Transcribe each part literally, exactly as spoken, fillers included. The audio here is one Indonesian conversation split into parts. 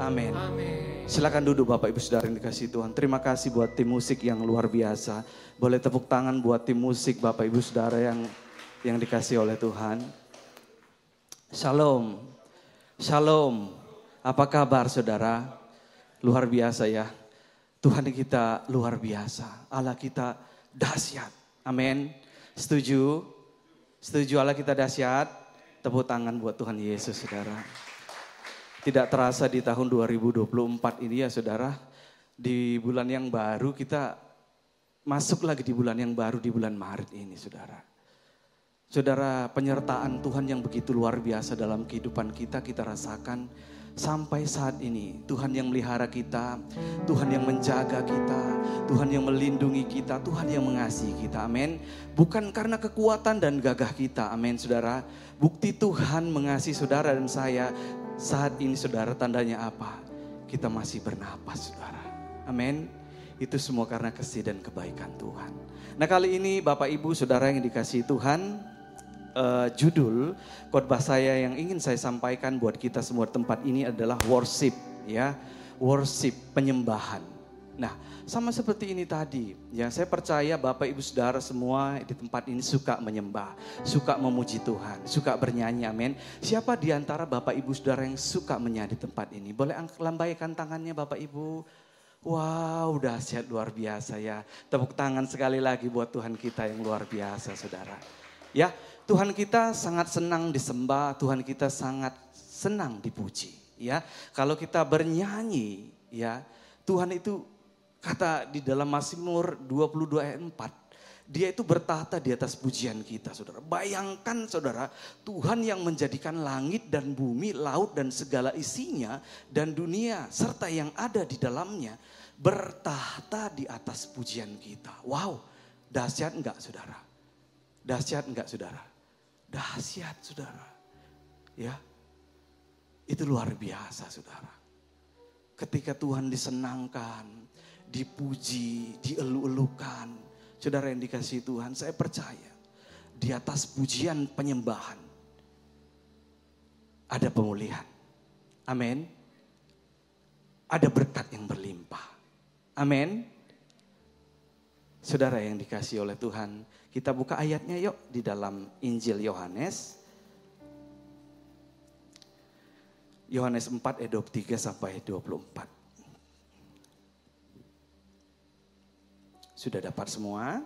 Amin. Silakan duduk Bapak Ibu Saudara yang dikasihi Tuhan. Terima kasih buat tim musik yang luar biasa. Boleh tepuk tangan buat tim musik Bapak Ibu Saudara yang yang dikasihi oleh Tuhan. Shalom. Shalom. Apa kabar saudara? Luar biasa ya. Tuhan kita luar biasa. Allah kita dahsyat. Amin. Setuju? Setuju Allah kita dahsyat? Tepuk tangan buat Tuhan Yesus saudara. Tidak terasa di tahun dua ribu dua puluh empat ini ya saudara, di bulan yang baru kita masuk lagi di bulan yang baru di bulan Maret ini saudara. Saudara, penyertaan Tuhan yang begitu luar biasa dalam kehidupan kita, kita rasakan sampai saat ini. Tuhan yang melihara kita, Tuhan yang menjaga kita, Tuhan yang melindungi kita, Tuhan yang mengasihi kita, amin. Bukan karena kekuatan dan gagah kita, amin saudara. Bukti Tuhan mengasihi saudara dan saya. Saat ini saudara tandanya apa? Kita masih bernapas saudara. Amin. Itu semua karena kasih dan kebaikan Tuhan. Nah kali ini Bapak Ibu Saudara yang dikasihi Tuhan, uh, judul khotbah saya yang ingin saya sampaikan buat kita semua tempat ini adalah worship ya. Worship, penyembahan. Nah sama seperti ini tadi ya, saya percaya Bapak Ibu Saudara semua di tempat ini suka menyembah, suka memuji Tuhan, suka bernyanyi, amin. Siapa di antara Bapak Ibu Saudara yang suka menyanyi di tempat ini? Boleh lambaikan tangannya Bapak Ibu. Wow, dahsyat luar biasa ya. Tepuk tangan sekali lagi buat Tuhan kita yang luar biasa saudara. Ya, Tuhan kita sangat senang disembah, Tuhan kita sangat senang dipuji. Ya, kalau kita bernyanyi ya, Tuhan itu kata di dalam Mazmur dua puluh dua ayat empat, dia itu bertahta di atas pujian kita saudara. Bayangkan saudara, Tuhan yang menjadikan langit dan bumi, laut dan segala isinya, dan dunia serta yang ada di dalamnya, bertahta di atas pujian kita. Wow, dahsyat enggak saudara? Dahsyat enggak saudara? Dahsyat saudara. Ya, itu luar biasa saudara. Ketika Tuhan disenangkan, dipuji, dielu-elukan. Saudara yang dikasihi Tuhan, saya percaya di atas pujian penyembahan ada pemulihan. Amin. Ada berkat yang berlimpah. Amin. Saudara yang dikasihi oleh Tuhan, kita buka ayatnya yuk di dalam Injil Yohanes. Yohanes empat ayat dua puluh tiga sampai dua puluh empat. Sudah dapat semua?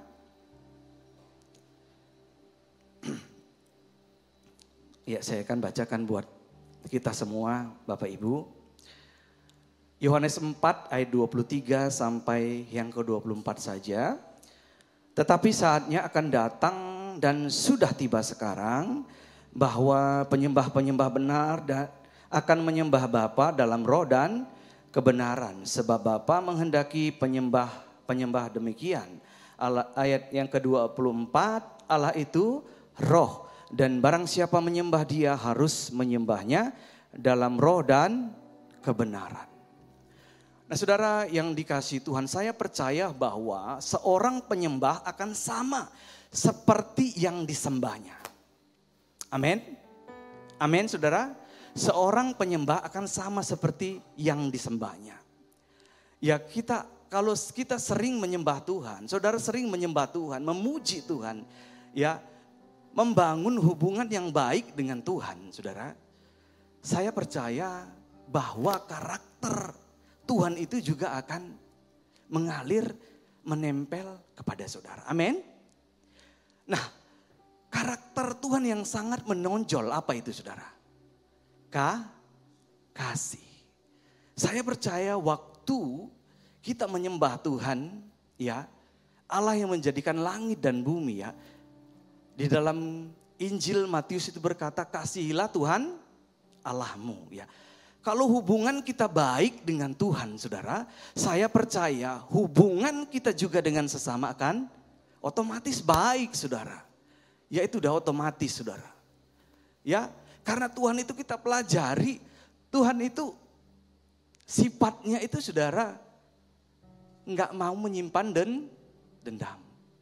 Ya, saya akan bacakan buat kita semua, Bapak Ibu. Yohanes empat ayat dua puluh tiga sampai yang ke dua puluh empat saja. Tetapi saatnya akan datang dan sudah tiba sekarang bahwa penyembah-penyembah benar dan akan menyembah Bapa dalam roh dan kebenaran, sebab Bapa menghendaki penyembah penyembah demikian. Allah, ayat yang ke dua puluh empat, Allah itu roh dan barang siapa menyembah dia harus menyembahnya dalam roh dan kebenaran. Nah saudara yang dikasihi Tuhan, saya percaya bahwa seorang penyembah akan sama seperti yang disembahnya. Amin. Amin saudara. Seorang penyembah akan sama seperti yang disembahnya. Ya kita kalau kita sering menyembah Tuhan, saudara sering menyembah Tuhan, memuji Tuhan, ya, membangun hubungan yang baik dengan Tuhan, saudara. Saya percaya bahwa karakter Tuhan itu juga akan mengalir, menempel kepada saudara. Amin. Nah, karakter Tuhan yang sangat menonjol apa itu, saudara? Ka, kasih. Saya percaya waktu kita menyembah Tuhan, ya, Allah yang menjadikan langit dan bumi, ya. Di dalam Injil Matius itu berkata, kasihilah Tuhan Allahmu, ya. Kalau hubungan kita baik dengan Tuhan, saudara, saya percaya hubungan kita juga dengan sesama akan otomatis baik, saudara. Ya itu udah otomatis, saudara. Ya, karena Tuhan itu kita pelajari, Tuhan itu sifatnya itu, saudara, nggak mau menyimpan dan dendam.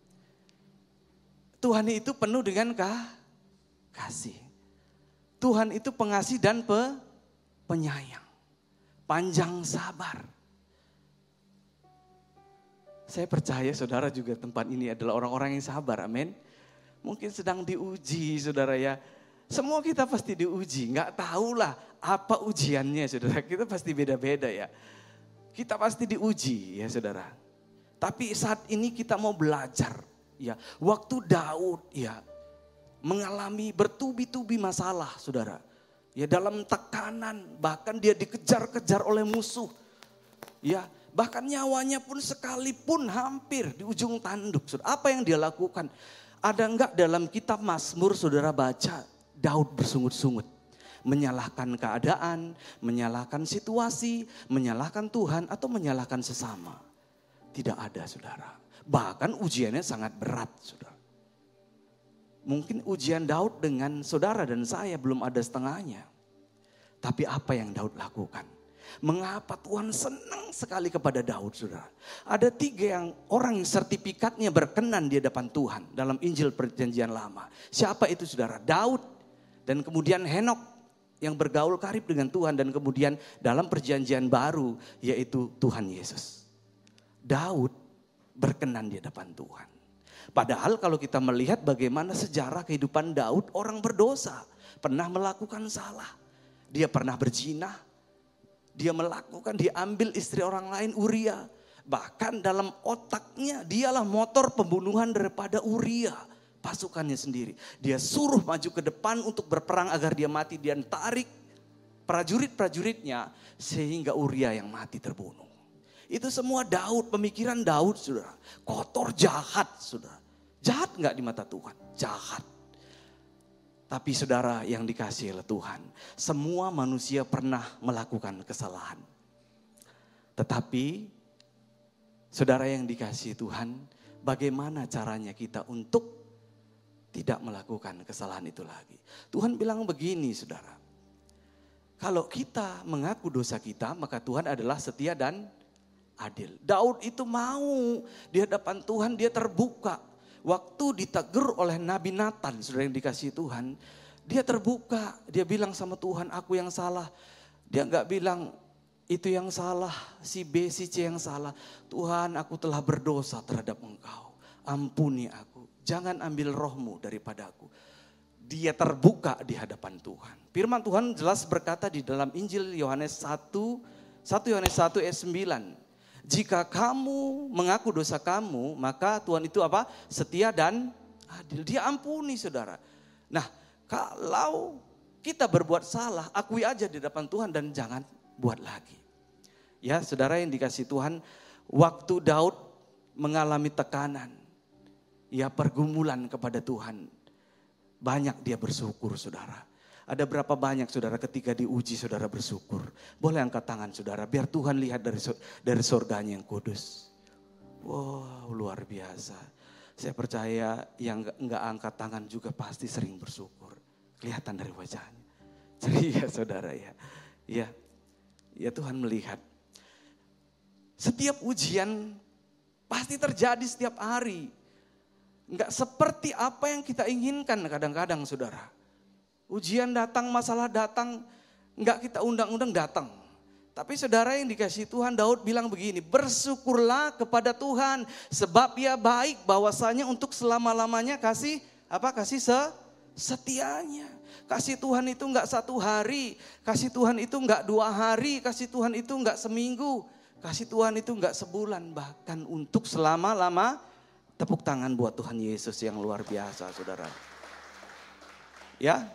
Tuhan itu penuh dengan kah? kasih. Tuhan itu pengasih dan pe, penyayang. panjang sabar. Saya percaya saudara juga tempat ini adalah orang-orang yang sabar, amin. Mungkin sedang diuji saudara ya. Semua kita pasti diuji, gak tahulah apa ujiannya saudara. Kita pasti beda-beda ya. Kita pasti diuji ya saudara. Tapi saat ini kita mau belajar ya. Waktu Daud ya mengalami bertubi-tubi masalah saudara. Ya dalam tekanan, bahkan dia dikejar-kejar oleh musuh. Ya bahkan nyawanya pun sekalipun hampir di ujung tanduk. Saudara. Apa yang dia lakukan? Ada enggak dalam kitab Mazmur saudara baca Daud bersungut-sungut. Menyalahkan keadaan, menyalahkan situasi, menyalahkan Tuhan atau menyalahkan sesama. Tidak ada saudara. Bahkan ujiannya sangat berat saudara. Mungkin ujian Daud dengan saudara dan saya belum ada setengahnya. Tapi apa yang Daud lakukan? Mengapa Tuhan senang sekali kepada Daud saudara? Ada tiga yang orang yang sertifikatnya berkenan di hadapan Tuhan dalam Injil Perjanjian Lama. Siapa itu saudara? Daud dan kemudian Henok yang bergaul karib dengan Tuhan. Dan kemudian dalam Perjanjian Baru yaitu Tuhan Yesus. Daud berkenan di hadapan Tuhan. Padahal kalau kita melihat bagaimana sejarah kehidupan Daud, orang berdosa. Pernah melakukan salah. Dia pernah berzina. Dia melakukan, dia ambil istri orang lain, Uria. Bahkan dalam otaknya dialah motor pembunuhan daripada Uria. Pasukannya sendiri. Dia suruh maju ke depan untuk berperang agar dia mati. Dia tarik prajurit-prajuritnya sehingga Uria yang mati terbunuh. Itu semua Daud, pemikiran Daud saudara. Kotor, jahat saudara. Jahat gak di mata Tuhan? Jahat. Tapi saudara yang dikasihi oleh Tuhan, semua manusia pernah melakukan kesalahan. Tetapi saudara yang dikasihi Tuhan, bagaimana caranya kita untuk tidak melakukan kesalahan itu lagi? Tuhan bilang begini saudara, kalau kita mengaku dosa kita, maka Tuhan adalah setia dan adil. Daud itu mau di hadapan Tuhan, dia terbuka. Waktu ditegur oleh Nabi Nathan, saudara yang dikasihi Tuhan, dia terbuka. Dia bilang sama Tuhan, aku yang salah. Dia enggak bilang, itu yang salah, si B, si C yang salah. Tuhan, aku telah berdosa terhadap Engkau. Ampuni aku, jangan ambil rohmu daripadaku. Dia terbuka di hadapan Tuhan. Firman Tuhan jelas berkata di dalam Injil Yohanes satu, satu Yohanes satu ayat sembilan. Jika kamu mengaku dosa kamu, maka Tuhan itu apa? Setia dan adil. Dia ampuni saudara. Nah, kalau kita berbuat salah, akui aja di depan Tuhan dan jangan buat lagi. Ya, saudara yang dikasihi Tuhan, waktu Daud mengalami tekanan, ya pergumulan kepada Tuhan, banyak dia bersyukur saudara. Ada berapa banyak saudara ketika diuji saudara bersyukur. Boleh angkat tangan saudara biar Tuhan lihat dari dari surganya yang kudus. Wow, luar biasa. Saya percaya yang enggak angkat tangan juga pasti sering bersyukur. Kelihatan dari wajahnya. Ceria saudara ya. Ya, ya Tuhan melihat. Setiap ujian pasti terjadi setiap hari. Enggak seperti apa yang kita inginkan kadang-kadang saudara. Ujian datang, masalah datang, enggak kita undang-undang datang. Tapi saudara yang dikasihi Tuhan, Daud bilang begini, bersyukurlah kepada Tuhan sebab Ia baik, bahwasanya untuk selama-lamanya kasih apa? Kasih se setianya. Kasih Tuhan itu enggak satu hari, kasih Tuhan itu enggak dua hari, kasih Tuhan itu enggak seminggu, kasih Tuhan itu enggak sebulan, bahkan untuk selama-lama. Tepuk tangan buat Tuhan Yesus yang luar biasa, saudara. Ya.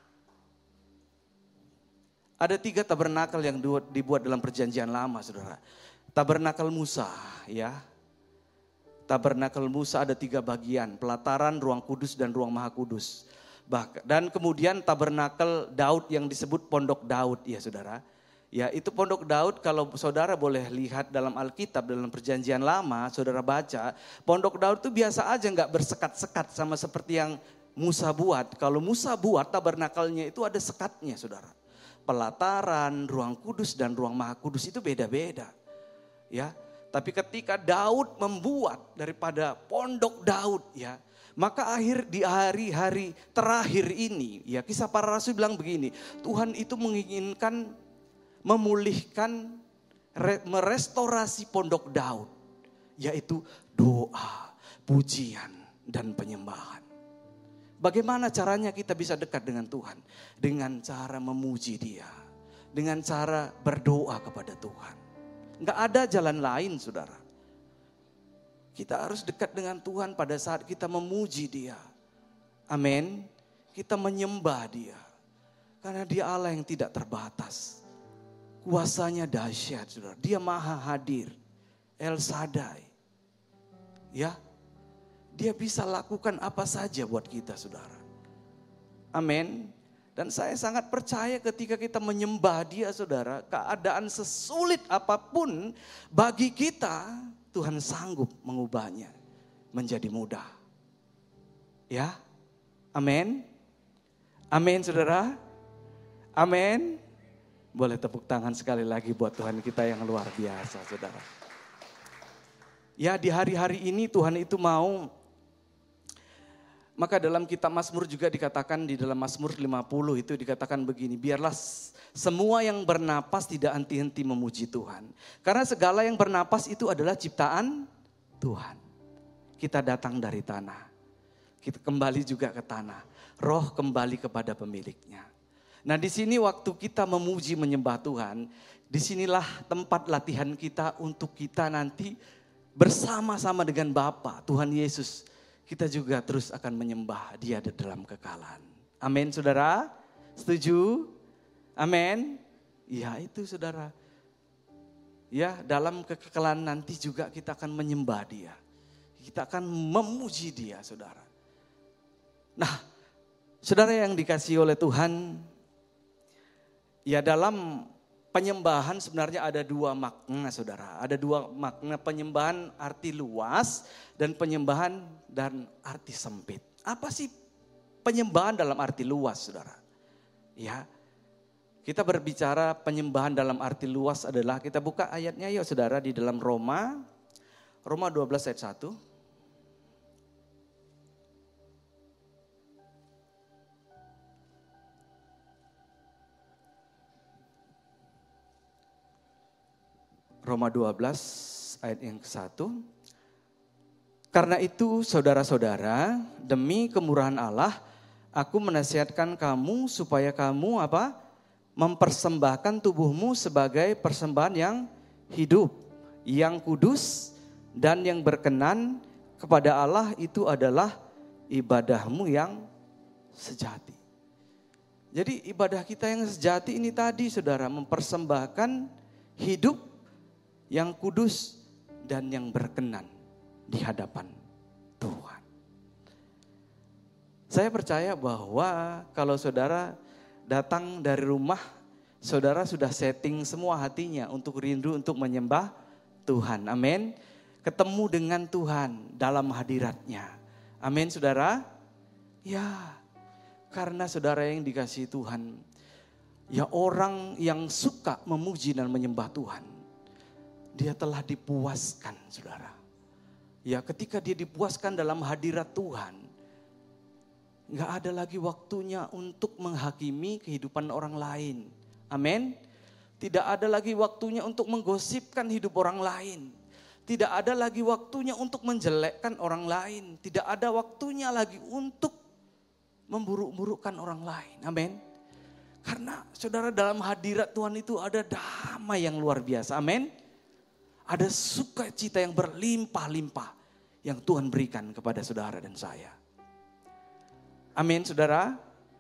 Ada tiga tabernakel yang dibuat dalam Perjanjian Lama, saudara. Tabernakel Musa, ya. Tabernakel Musa ada tiga bagian, pelataran, ruang kudus, dan ruang maha kudus. Dan kemudian tabernakel Daud yang disebut Pondok Daud, ya saudara. Ya, itu Pondok Daud, kalau saudara boleh lihat dalam Alkitab, dalam Perjanjian Lama, saudara baca, Pondok Daud itu biasa aja gak bersekat-sekat sama seperti yang Musa buat. Kalau Musa buat tabernakelnya itu ada sekatnya, saudara. Pelataran, ruang kudus dan ruang maha kudus itu beda-beda. Ya, tapi ketika Daud membuat daripada Pondok Daud, ya, maka akhir di hari-hari terakhir ini, ya, Kisah Para Rasul bilang begini, Tuhan itu menginginkan memulihkan, merestorasi pondok Daud. Yaitu doa, pujian, dan penyembahan. Bagaimana caranya kita bisa dekat dengan Tuhan? Dengan cara memuji Dia. Dengan cara berdoa kepada Tuhan. Nggak ada jalan lain, saudara. Kita harus dekat dengan Tuhan pada saat kita memuji Dia. Amin. Kita menyembah Dia. Karena Dia Allah yang tidak terbatas. Kuasanya dahsyat, saudara. Dia maha hadir. El Shaddai. Ya. Dia bisa lakukan apa saja buat kita, saudara. Amin. Dan saya sangat percaya ketika kita menyembah Dia, saudara. Keadaan sesulit apapun bagi kita, Tuhan sanggup mengubahnya menjadi mudah. Ya. Amin. Amin, saudara. Amin. Boleh tepuk tangan sekali lagi buat Tuhan kita yang luar biasa, saudara. Ya, di hari-hari ini Tuhan itu mau, maka dalam kitab Mazmur juga dikatakan, di dalam Mazmur lima puluh itu dikatakan begini, biarlah semua yang bernapas tidak henti-henti memuji Tuhan. Karena segala yang bernapas itu adalah ciptaan Tuhan. Kita datang dari tanah, kita kembali juga ke tanah, roh kembali kepada pemiliknya. Nah, di sini waktu kita memuji menyembah Tuhan, disinilah tempat latihan kita untuk kita nanti bersama-sama dengan Bapa Tuhan Yesus, kita juga terus akan menyembah Dia di dalam kekalahan. Amin, saudara? Setuju? Amin? Ya, itu saudara. Ya, dalam kekekalan nanti juga kita akan menyembah Dia. Kita akan memuji Dia, saudara. Nah, saudara yang dikasihi oleh Tuhan, ya, dalam penyembahan sebenarnya ada dua makna, saudara. Ada dua makna, penyembahan arti luas dan penyembahan dan arti sempit. Apa sih penyembahan dalam arti luas, saudara? Ya, kita berbicara penyembahan dalam arti luas adalah, kita buka ayatnya yuk saudara, di dalam Roma, Roma dua belas ayat satu. Roma dua belas ayat yang ke satu. Karena itu saudara-saudara, demi kemurahan Allah, aku menasihatkan kamu supaya kamu apa? Mempersembahkan tubuhmu sebagai persembahan yang hidup, yang kudus dan yang berkenan kepada Allah, itu adalah ibadahmu yang sejati. Jadi ibadah kita yang sejati ini tadi, saudara, mempersembahkan hidup yang kudus dan yang berkenan di hadapan Tuhan. Saya percaya bahwa kalau saudara datang dari rumah, saudara sudah setting semua hatinya untuk rindu untuk menyembah Tuhan. Amin. Ketemu dengan Tuhan dalam hadiratnya. Amin, saudara. Ya, karena saudara yang dikasihi Tuhan, ya, orang yang suka memuji dan menyembah Tuhan, dia telah dipuaskan, saudara. Ya, ketika dia dipuaskan dalam hadirat Tuhan, gak ada lagi waktunya untuk menghakimi kehidupan orang lain. Amin. Tidak ada lagi waktunya untuk menggosipkan hidup orang lain. Tidak ada lagi waktunya untuk menjelekkan orang lain. Tidak ada waktunya lagi untuk memburuk-burukkan orang lain. Amin. Karena saudara, dalam hadirat Tuhan itu ada damai yang luar biasa. Amin. Ada sukacita yang berlimpah-limpah yang Tuhan berikan kepada saudara dan saya. Amin, saudara.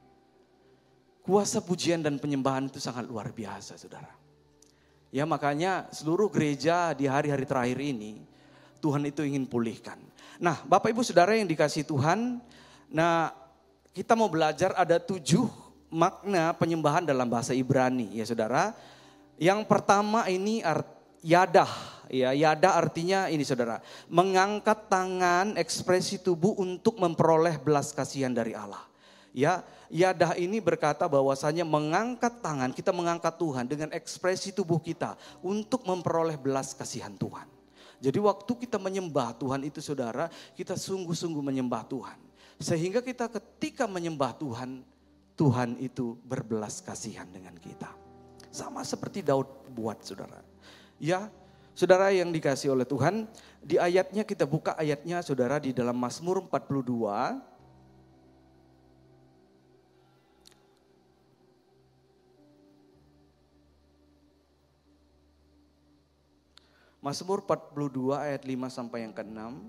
Kuasa pujian dan penyembahan itu sangat luar biasa, saudara. Ya, makanya seluruh gereja di hari-hari terakhir ini, Tuhan itu ingin pulihkan. Nah, Bapak Ibu Saudara yang dikasihi Tuhan, nah kita mau belajar ada tujuh makna penyembahan dalam bahasa Ibrani, ya saudara. Yang pertama ini art, yadah. Ya, yada artinya ini saudara, mengangkat tangan, ekspresi tubuh untuk memperoleh belas kasihan dari Allah. Ya, yadah ini berkata bahwasanya mengangkat tangan, kita mengangkat Tuhan dengan ekspresi tubuh kita untuk memperoleh belas kasihan Tuhan. Jadi waktu kita menyembah Tuhan itu saudara, kita sungguh-sungguh menyembah Tuhan. Sehingga kita ketika menyembah Tuhan, Tuhan itu berbelas kasihan dengan kita. Sama seperti Daud buat saudara. Ya, saudara yang dikasih oleh Tuhan, di ayatnya kita buka ayatnya saudara di dalam Mazmur empat puluh dua. Mazmur empat puluh dua ayat lima sampai yang keenam.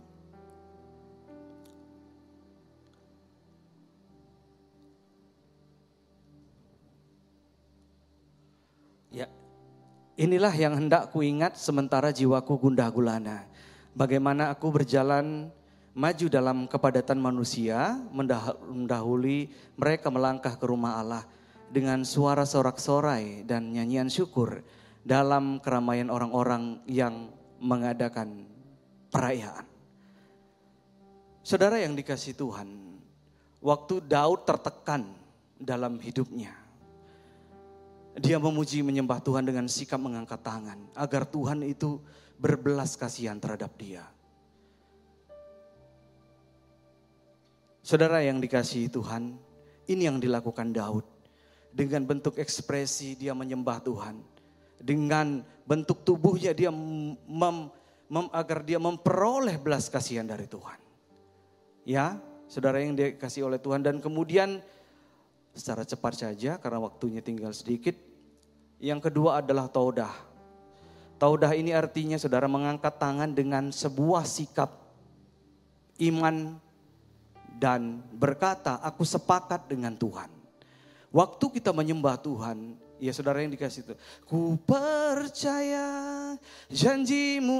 Ya, inilah yang hendak kuingat sementara jiwaku gundah gulana. Bagaimana aku berjalan maju dalam kepadatan manusia, mendahului mereka melangkah ke rumah Allah dengan suara sorak-sorai dan nyanyian syukur dalam keramaian orang-orang yang mengadakan perayaan. Saudara yang dikasihi Tuhan, waktu Daud tertekan dalam hidupnya, dia memuji menyembah Tuhan dengan sikap mengangkat tangan agar Tuhan itu berbelas kasihan terhadap dia. Saudara yang dikasihi Tuhan, ini yang dilakukan Daud. Dengan bentuk ekspresi dia menyembah Tuhan. Dengan bentuk tubuhnya dia mem, mem, agar dia memperoleh belas kasihan dari Tuhan. Ya, saudara yang dikasihi oleh Tuhan. Dan kemudian secara cepat saja karena waktunya tinggal sedikit. Yang kedua adalah taudah. Taudah ini artinya saudara mengangkat tangan dengan sebuah sikap iman dan berkata, aku sepakat dengan Tuhan. Waktu kita menyembah Tuhan, ya saudara yang dikasih itu, ku percaya janjimu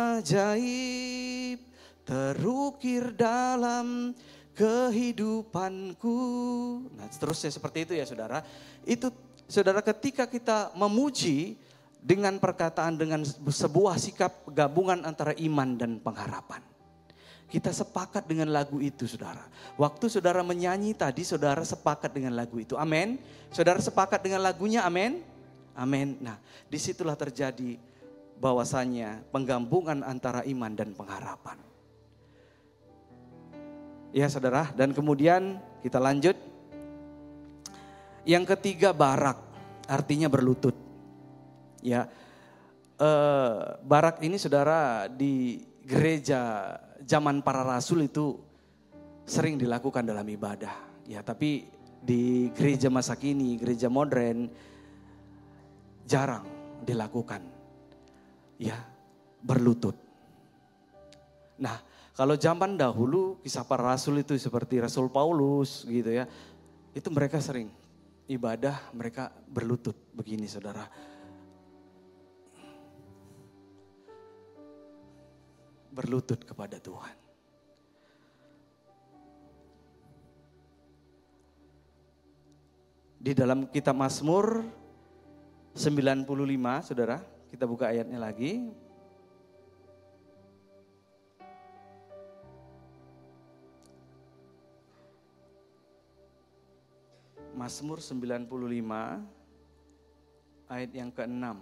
ajaib terukir dalam kehidupanku. Nah seterusnya seperti itu ya saudara. Itu saudara ketika kita memuji dengan perkataan, dengan sebuah sikap gabungan antara iman dan pengharapan. Kita sepakat dengan lagu itu saudara. Waktu saudara menyanyi tadi saudara sepakat dengan lagu itu. Amin. Saudara sepakat dengan lagunya, amin. Amin. Nah disitulah terjadi bahwasannya penggabungan antara iman dan pengharapan. Ya saudara, dan kemudian kita lanjut. Yang ketiga barak, artinya berlutut. Ya, eh, barak ini saudara di gereja zaman para rasul itu sering dilakukan dalam ibadah. Ya, tapi di gereja masa kini, gereja modern jarang dilakukan. Ya, berlutut. Nah, kalau zaman dahulu kisah para rasul itu seperti Rasul Paulus gitu ya. Itu mereka sering ibadah, mereka berlutut begini saudara. Berlutut kepada Tuhan. Di dalam kitab Mazmur sembilan puluh lima saudara, kita buka ayatnya lagi. Mazmur sembilan puluh lima ayat yang keenam.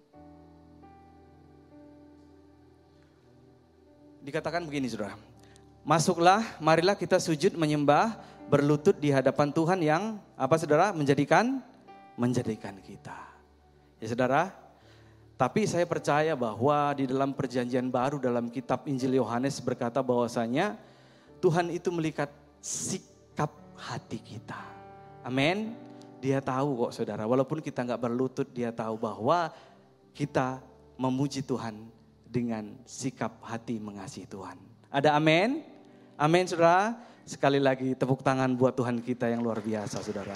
Dikatakan begini saudara. Masuklah, marilah kita sujud menyembah, berlutut di hadapan Tuhan yang apa saudara? Menjadikan menjadikan kita. Ya saudara, tapi saya percaya bahwa di dalam perjanjian baru dalam kitab Injil Yohanes berkata bahwasanya Tuhan itu melihat sikap hati kita. Amin. Dia tahu kok saudara, walaupun kita gak berlutut, dia tahu bahwa kita memuji Tuhan dengan sikap hati mengasihi Tuhan. Ada amin? Amin saudara. Sekali lagi tepuk tangan buat Tuhan kita yang luar biasa saudara.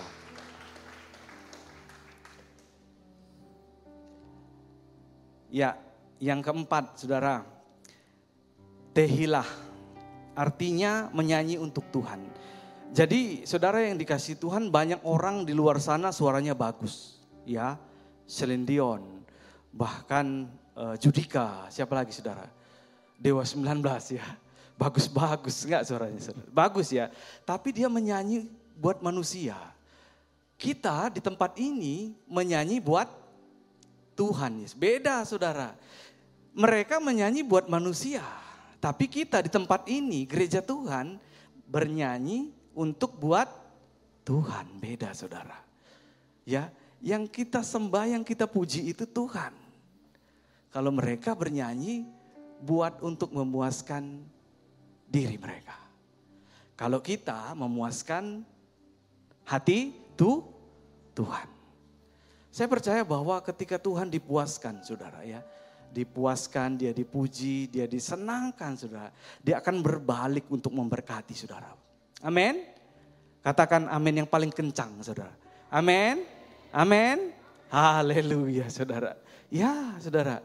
Ya, yang keempat saudara. Tehilah, artinya menyanyi untuk Tuhan. Jadi saudara yang dikasihi Tuhan, banyak orang di luar sana suaranya bagus. Ya, Celine Dion, bahkan uh, Judika, siapa lagi saudara? Dewa sembilan belas ya, bagus-bagus enggak suaranya saudara? Bagus ya, tapi dia menyanyi buat manusia. Kita di tempat ini menyanyi buat Tuhan. Beda saudara, mereka menyanyi buat manusia. Tapi kita di tempat ini, gereja Tuhan, bernyanyi untuk buat Tuhan. Beda saudara. Ya, Yang kita sembah, yang kita puji itu Tuhan. Kalau mereka bernyanyi buat untuk memuaskan diri mereka. Kalau kita memuaskan hati tuh Tuhan. Saya percaya bahwa ketika Tuhan dipuaskan, saudara ya, dipuaskan, dia dipuji, dia disenangkan, saudara, dia akan berbalik untuk memberkati saudara. Amin. Katakan amin yang paling kencang, saudara. Amin. Amin. Haleluya, saudara. Ya, saudara.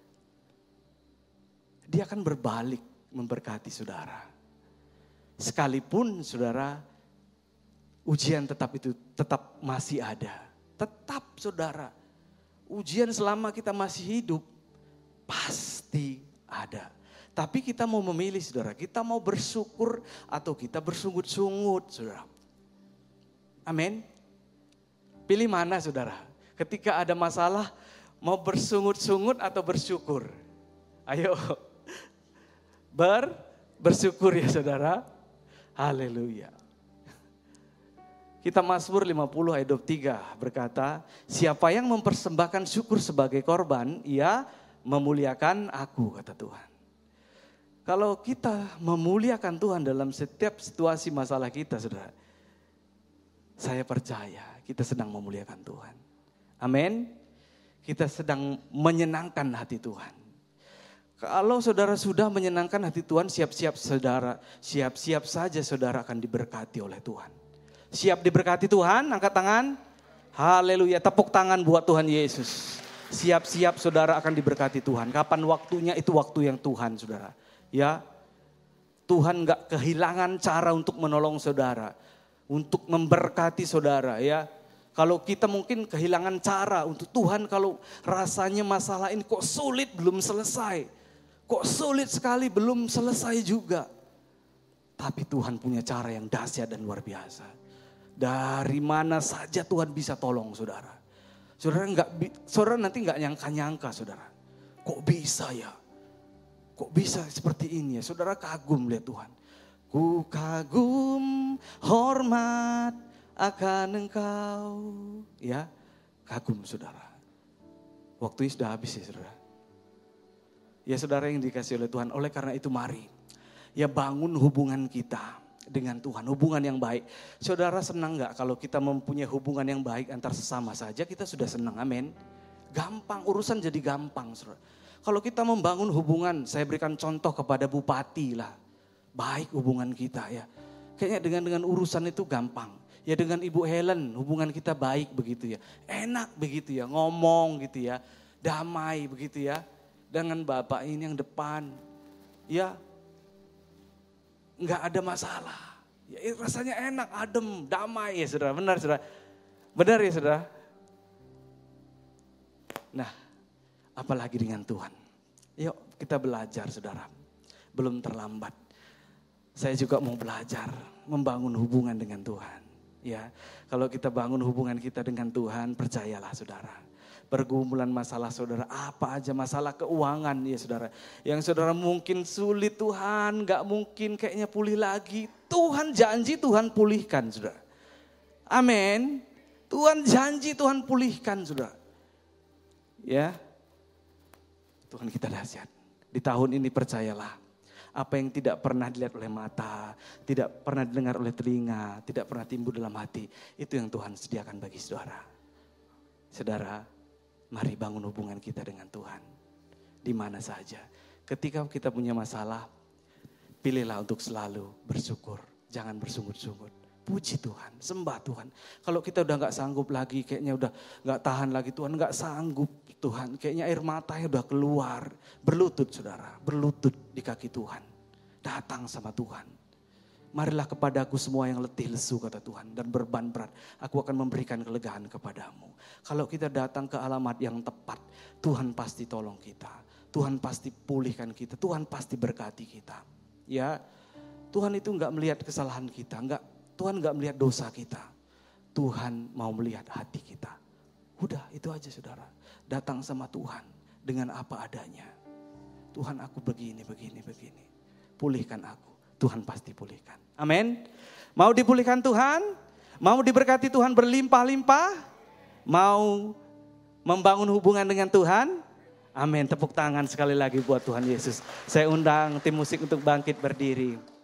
Dia akan berbalik memberkati saudara. Sekalipun saudara, ujian tetap itu tetap masih ada. Tetap saudara, ujian selama kita masih hidup pasti ada. Tapi kita mau memilih saudara, kita mau bersyukur atau kita bersungut-sungut saudara. Amin. Pilih mana saudara? Ketika ada masalah, mau bersungut-sungut atau bersyukur? Ayo. Ber, bersyukur ya saudara. Haleluya. Kita Mazmur lima puluh ayat dua puluh tiga berkata, siapa yang mempersembahkan syukur sebagai korban, ia memuliakan aku, kata Tuhan. Kalau kita memuliakan Tuhan dalam setiap situasi masalah kita, saudara, saya percaya kita sedang memuliakan Tuhan. Amin. Kita sedang menyenangkan hati Tuhan. Kalau saudara sudah menyenangkan hati Tuhan, siap-siap saudara, siap-siap saja saudara akan diberkati oleh Tuhan. Siap diberkati Tuhan, angkat tangan. Haleluya, tepuk tangan buat Tuhan Yesus. Siap-siap saudara akan diberkati Tuhan. Kapan waktunya, itu waktu yang Tuhan, saudara. Ya, Tuhan gak kehilangan cara untuk menolong saudara, untuk memberkati saudara, ya. Kalau kita mungkin kehilangan cara untuk Tuhan, kalau rasanya masalah ini kok sulit belum selesai. Kok sulit sekali belum selesai juga. Tapi Tuhan punya cara yang dahsyat dan luar biasa. Dari mana saja Tuhan bisa tolong saudara. Saudara enggak, saudara nanti enggak nyangka-nyangka saudara. Kok bisa ya? Kok bisa seperti ini ya? Saudara kagum lihat Tuhan. Ku kagum hormat akan engkau. Ya, kagum saudara. Waktunya sudah habis ya saudara. Ya saudara yang dikasih oleh Tuhan, oleh karena itu mari. Ya bangun hubungan kita dengan Tuhan, hubungan yang baik. Saudara senang gak kalau kita mempunyai hubungan yang baik antar sesama saja, kita sudah senang, amin. Gampang, urusan jadi gampang saudara. Kalau kita membangun hubungan, saya berikan contoh kepada bupati lah. Baik hubungan kita ya. Kayaknya dengan dengan urusan itu gampang. Ya dengan Ibu Helen hubungan kita baik begitu ya. Enak begitu ya, ngomong gitu ya. Damai begitu ya. Dengan Bapak ini yang depan, ya nggak ada masalah. Ya, rasanya enak, adem, damai ya saudara. Benar saudara? Benar ya saudara? Nah, apalagi dengan Tuhan. Yuk kita belajar saudara. Belum terlambat. Saya juga mau belajar membangun hubungan dengan Tuhan. Ya, kalau kita bangun hubungan kita dengan Tuhan, percayalah saudara. Pergumulan masalah saudara, apa aja masalah keuangan ya saudara. Yang saudara mungkin sulit Tuhan, gak mungkin kayaknya pulih lagi. Tuhan janji Tuhan pulihkan saudara. Amin. Tuhan janji Tuhan pulihkan saudara. Ya, Tuhan kita dahsyat. Di tahun ini percayalah, apa yang tidak pernah dilihat oleh mata, tidak pernah didengar oleh telinga, tidak pernah timbul dalam hati, itu yang Tuhan sediakan bagi saudara. Saudara, mari bangun hubungan kita dengan Tuhan. Di mana saja. Ketika kita punya masalah, pilihlah untuk selalu bersyukur. Jangan bersungut-sungut. Puji Tuhan, sembah Tuhan. Kalau kita udah gak sanggup lagi, kayaknya udah gak tahan lagi Tuhan, gak sanggup Tuhan. Kayaknya air matanya udah keluar. Berlutut saudara, berlutut di kaki Tuhan. Datang sama Tuhan. Marilah kepadaku semua yang letih lesu kata Tuhan dan berban berat. Aku akan memberikan kelegaan kepadamu. Kalau kita datang ke alamat yang tepat, Tuhan pasti tolong kita. Tuhan pasti pulihkan kita. Tuhan pasti berkati kita. Ya, Tuhan itu enggak melihat kesalahan kita. Enggak, Tuhan enggak melihat dosa kita. Tuhan mau melihat hati kita. Udah itu aja saudara. Datang sama Tuhan dengan apa adanya. Tuhan aku begini, begini, begini. Pulihkan aku. Tuhan pasti pulihkan. Amin. Mau dipulihkan Tuhan? Mau diberkati Tuhan berlimpah-limpah? Mau membangun hubungan dengan Tuhan? Amin. Tepuk tangan sekali lagi buat Tuhan Yesus. Saya undang tim musik untuk bangkit berdiri.